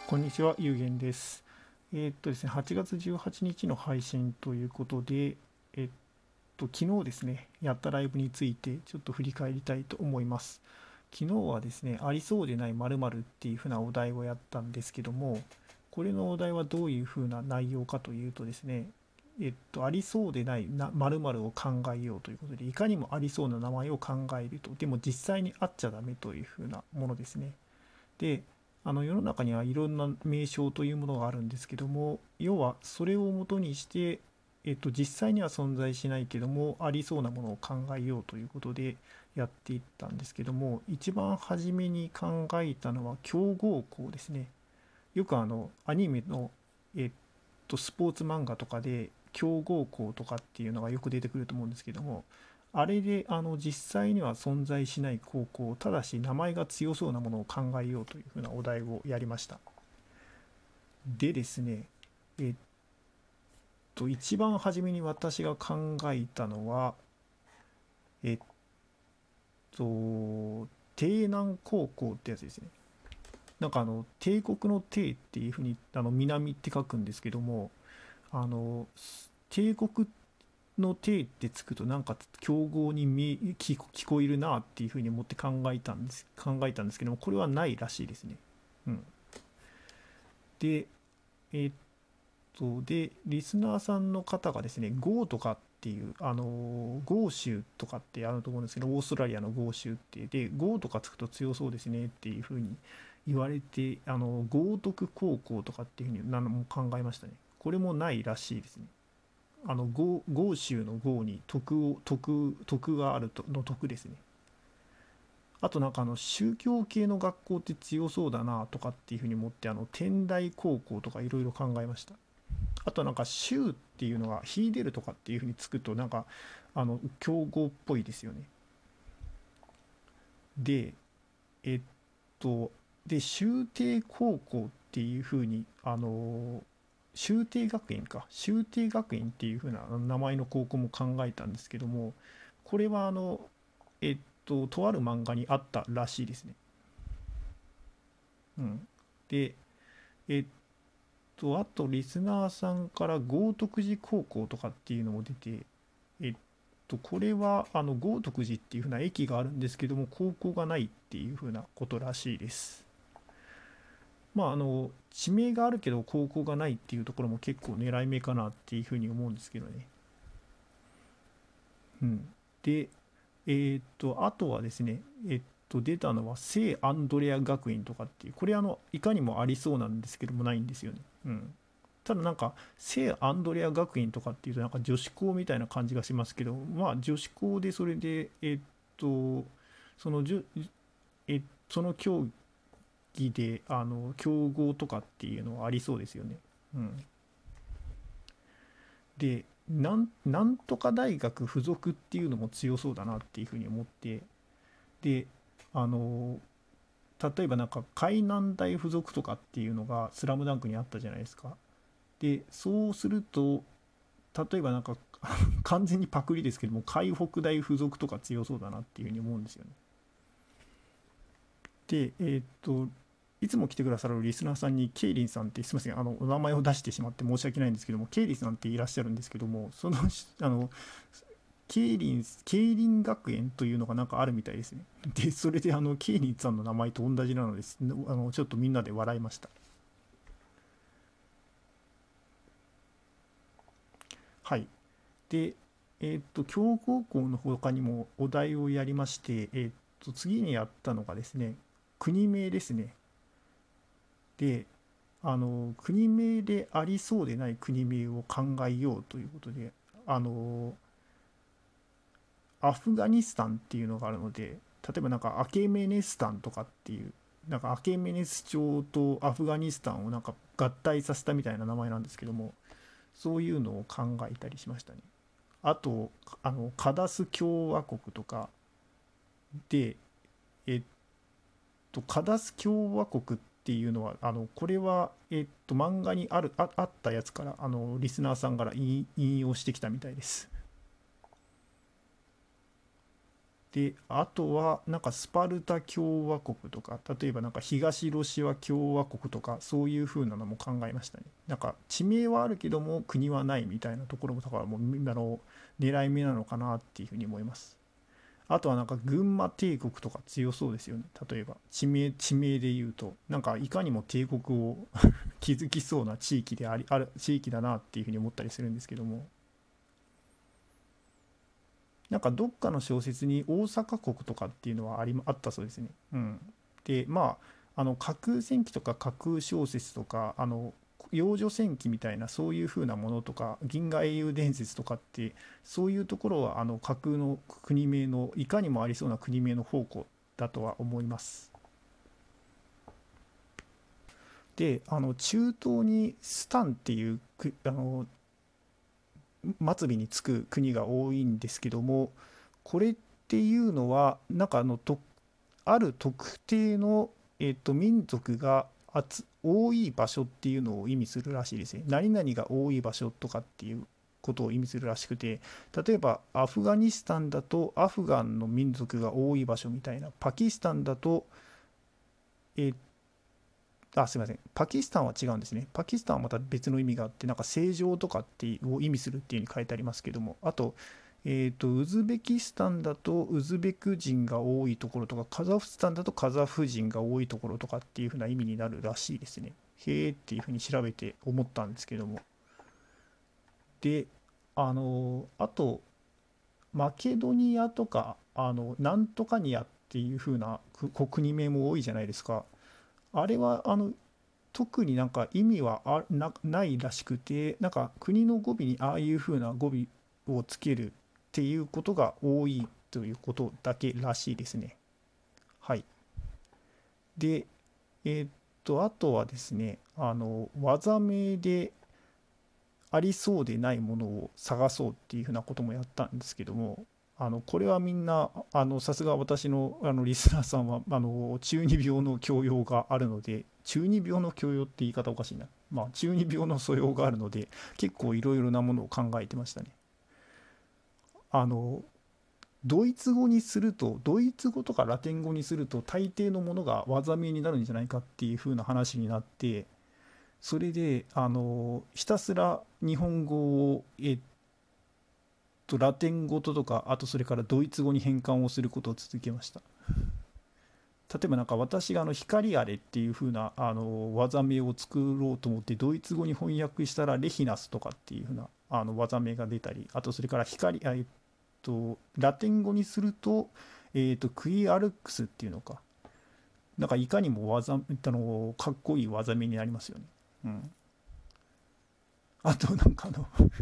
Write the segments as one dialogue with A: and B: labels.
A: こんにちは、ゆうげんです。ですね、8月18日の配信ということで、昨日ですね、やったライブについてちょっと振り返りたいと思います。昨日はですね、ありそうでない〇〇っていうふうなお題をやったんですけども、これのお題はどういうふうな内容かというとですね、ありそうでない〇〇を考えようということで、いかにもありそうな名前を考えると、でも実際にあっちゃダメというふうなものですね。で、世の中にはいろんな名称というものがあるんですけども、要はそれをもとにして、実際には存在しないけどもありそうなものを考えようということでやっていったんですけども、一番初めに考えたのは強豪校ですね。よくアニメの、スポーツ漫画とかで強豪校とかっていうのがよく出てくると思うんですけども、あれで実際には存在しない高校、ただし名前が強そうなものを考えようというふうなお題をやりました。でですね、えっ一番初めに私が考えたのは、えっ帝南高校ってやつですね。なんか帝国の帝っていうふうに南って書くんですけども、あの帝国の帝ってつくとなんか競合に聞こえるなっていうふうに思って考えたんですけども、これはないらしいですね。うん、で、えーっでリスナーさんの方がですね、ゴーとかっていうゴー州とかってあると思うんですけど、オーストラリアのゴー州ってで、ゴーとかつくと強そうですねっていうふうに言われて、豪徳高校とかっていうふうにも考えましたね。これもないらしいですね。豪州の豪に徳があるとの徳ですね。あとなんか宗教系の学校って強そうだなとかっていうふうに思って、天台高校とかいろいろ考えました。あとなんか州っていうのが秀でるとかっていうふうにつくとなんか強豪っぽいですよね。で、えっと、修定高校っていうふうに修定学園か、修定学園っていうふうな名前の高校も考えたんですけども、これはえっとある漫画にあったらしいですね。うん。で、えっあとリスナーさんから豪徳寺高校とかっていうのも出て、えっこれは豪徳寺っていう風な駅があるんですけども、高校がないっていう風なことらしいです。まあ地名があるけど高校がないっていうところも結構狙い目かなっていう風に思うんですけどね。うん。で、あとはですね、出たのは聖アンドレア学院とかっていう、これいかにもありそうなんですけどもないんですよね。うん。ただなんか聖アンドレア学院とかっていうとなんか女子校みたいな感じがしますけど、まあ女子校でそれでそのじゅその競技で強豪とかっていうのはありそうですよね。うん。でなんとか大学附属っていうのも強そうだなっていうふうに思って、であの例えばなんか海南大附属とかっていうのが「スラムダンクにあったじゃないですか。でそうすると例えばなんか完全にパクリですけども海北大附属とか強そうだなっていうふうに思うんですよね。でいつも来てくださるリスナーさんにケイリンさんってすみませんお名前を出してしまって申し訳ないんですけども、ケイリンさんっていらっしゃるんですけども、そのケイリン学園というのがなんかあるみたいですね。でそれでケイリンさんの名前と同じなのですちょっとみんなで笑いました。はい。で強豪校の他にもお題をやりまして、次にやったのがですね、国名ですね。で国名でありそうでない国名を考えようということで、あのアフガニスタンっていうのがあるので、例えばなんかアケメネスタンとかっていう、なんかアケメネス朝とアフガニスタンをなんか合体させたみたいな名前なんですけども、そういうのを考えたりしましたね。あとカダス共和国とかで、えっカダス共和国っていうのはこれは漫画にあったやつからリスナーさんから引用してきたみたいです。 で、あとはなんかスパルタ共和国とか、例えばなんか東ロシア共和国とか、そういう風なのも考えましたね。なんか地名はあるけども国はないみたいなところも、だからもう狙い目なのかなっていうふうに思います。あとはなんか群馬帝国とか強そうですよね。例えば地名で言うと、なんかいかにも帝国を築きそうな地域である地域だなっていうふうに思ったりするんですけども、なんかどっかの小説に大阪国とかっていうのはあったそうですね。うん。で、まあ、架空戦記とか架空小説とか、幼女戦記みたいなそういう風なものとか、銀河英雄伝説とかって、そういうところは架空の国名の、いかにもありそうな国名の宝庫だとは思います。で、中東にスタンっていう末尾につく国が多いんですけども、これっていうのはなんかある特定の、民族が多い場所っていうのを意味するらしいですね。何々が多い場所とかっていうことを意味するらしくて、例えばアフガニスタンだとアフガンの民族が多い場所みたいな、パキスタンだと、えーすみません。パキスタンは違うんですね。パキスタンはまた別の意味があって、なんか正常とかってを意味するっていうふうに書いてありますけども、あと、ウズベキスタンだとウズベク人が多いところとか、カザフスタンだとカザフ人が多いところとかっていうふうな意味になるらしいですね。へえっていうふうに調べて思ったんですけども。で、あと、マケドニアとか、なんとかニアっていうふうな国名も多いじゃないですか。あれは、特になんか意味はないらしくて、なんか国の語尾にああいう風な語尾をつけるっていうことが多いということだけらしいですね。はい。で、あとはですね、技名でありそうでないものを探そうっていうふうなこともやったんですけども、これはみんな、さすが私の、リスナーさんは、中二病の教養があるので、中二病の教養って言い方おかしいな。まあ、中二病の素養があるので、結構いろいろなものを考えてましたね。あの、ドイツ語にすると、ドイツ語とかラテン語にすると、大抵のものが技名になるんじゃないかっていう風な話になって、それで、ひたすら日本語を、ラテン語とか、あとそれからドイツ語に変換をすることを続けました。例えばなんか私が光あれっていう風な技名を作ろうと思ってドイツ語に翻訳したらレヒナスとかっていう風な技名が出たり、あとそれからラテン語にすると、クイアルックスっていうのか。なんかいかにもかっこいい技名になりますよね。うん。あとなんか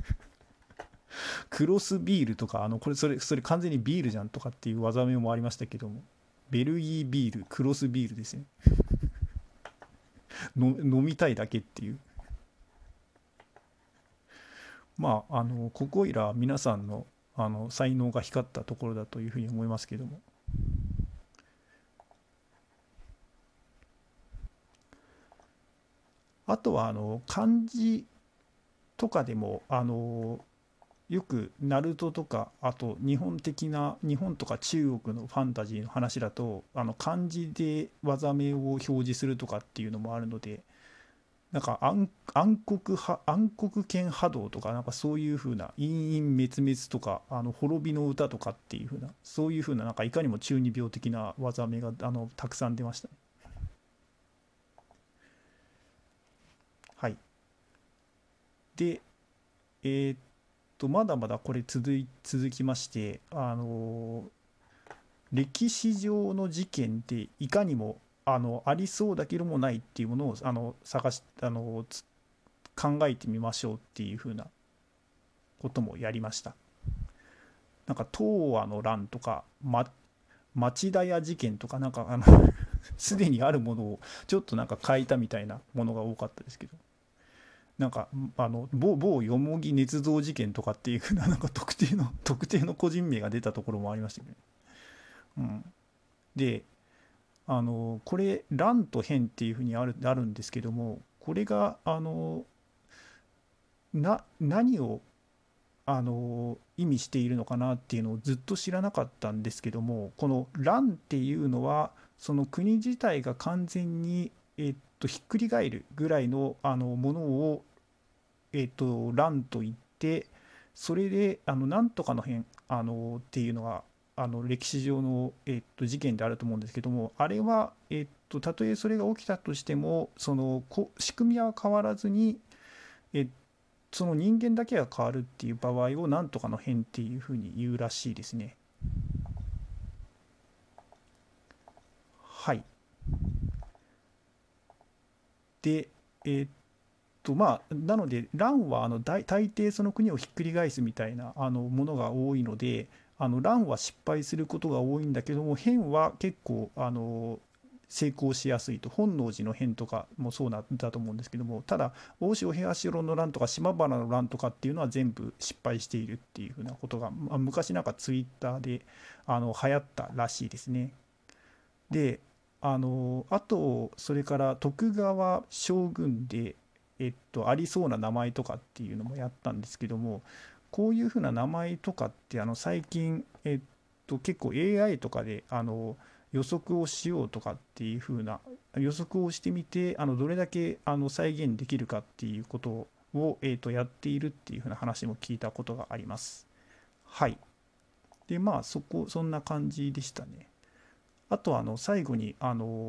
A: クロスビールとか、それ完全にビールじゃんとかっていう技名もありましたけども、ベルギービール、クロスビールですね。飲みたいだけっていう。まあ、ここいら皆さんの、才能が光ったところだというふうに思いますけども。あとは、漢字とかでも、よくナルトとかあと日本とか中国のファンタジーの話だと漢字で技名を表示するとかっていうのもあるので、なんか暗黒剣波動とかなんかそういう風な陰陰滅滅とか滅びの歌とかっていう風なそういう風ななんかいかにも中二病的な技名がたくさん出ましたね。はい。で、えーっまだまだこれ続きまして、歴史上の事件っていかにもありそうだけどもないっていうものを探し考えてみましょうっていうふうなこともやりました。なんか東亜の乱とか、町田屋事件とかなんかすでにあるものをちょっとなんか変えたみたいなものが多かったですけど、なんか某よもぎ捏造事件とかっていうふうななんか特定の個人名が出たところもありましたけど、ね、うん、でこれ乱と変っていうふうにあるんですけども、これが何を意味しているのかなっていうのをずっと知らなかったんですけども、この乱っていうのはその国自体が完全に、ひっくり返るぐらいの、ものを、乱と言って、それでなんとかの変っていうのが歴史上の、事件であると思うんですけども、あれは、たとえそれが起きたとしてもその仕組みは変わらずに、えその人間だけが変わるっていう場合をなんとかの変っていうふうに言うらしいですね。はい。で、まあ、なので、乱は大抵その国をひっくり返すみたいなものが多いので、乱は失敗することが多いんだけども、変は結構成功しやすいと、本能寺の変とかもそうなんだと思うんですけども、ただ、大塩平八郎の乱とか島原の乱とかっていうのは全部失敗しているっていうふうなことが、昔なんかツイッターで流行ったらしいですね。で、あと、それから徳川将軍で、ありそうな名前とかっていうのもやったんですけども、こういうふうな名前とかって、最近、結構 AI とかで、予測をしようとかっていうふうな、予測をしてみて、どれだけ再現できるかっていうことを、やっているっていうふうな話も聞いたことがあります。はい。で、まあ、そんな感じでしたね。あと最後に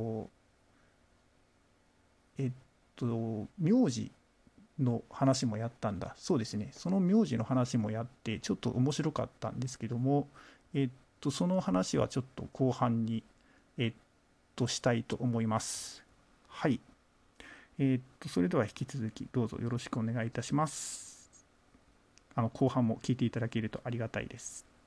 A: えっ名字の話もやったんだ。そうですね。その名字の話もやってちょっと面白かったんですけども、その話はちょっと後半にしたいと思います。はい。それでは引き続きどうぞよろしくお願いいたします。後半も聞いていただけるとありがたいです。